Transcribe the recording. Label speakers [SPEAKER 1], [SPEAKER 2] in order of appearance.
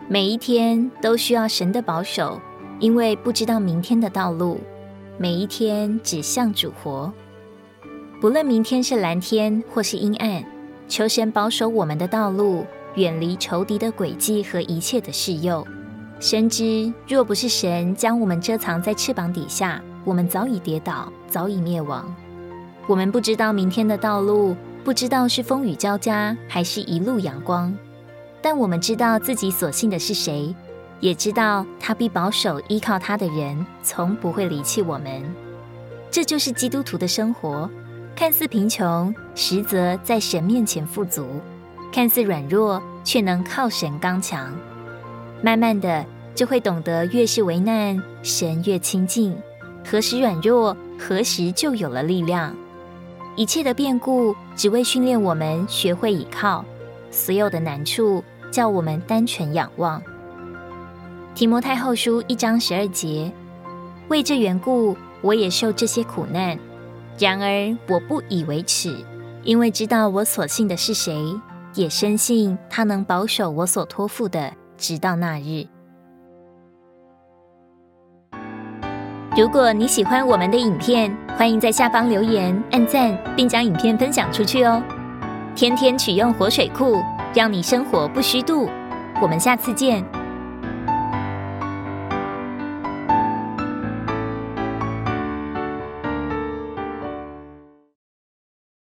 [SPEAKER 1] 每一天都需要神的保守，因为不知道明天的道路，每一天只向主活。不论明天是蓝天或是阴暗，求神保守我们的道路，远离仇敌的诡计和一切的试诱。深知若不是神将我们遮藏在翅膀底下，我们早已跌倒，早已灭亡。我们不知道明天的道路，不知道是风雨交加，还是一路阳光。但我们知道自己所信的是谁，也知道他必保守依靠他的人，从不会离弃我们。这就是基督徒的生活，看似贫穷，实则在神面前富足；看似软弱，却能靠神刚强。慢慢的就会懂得，越是为难，神越亲近；何时软弱，何时就有了力量。一切的变故，只为训练我们学会倚靠；所有的难处，叫我们单纯仰望。提摩太后书1章12节，为这缘故，我也受这些苦难，然而我不以为耻，因为知道我所信的是谁，也深信他能保守我所托付的，直到那日。如果你喜欢我们的影片，欢迎在下方留言、按赞，并将影片分享出去哦。天天取用活水库，让你生活不虚度。我们下次见。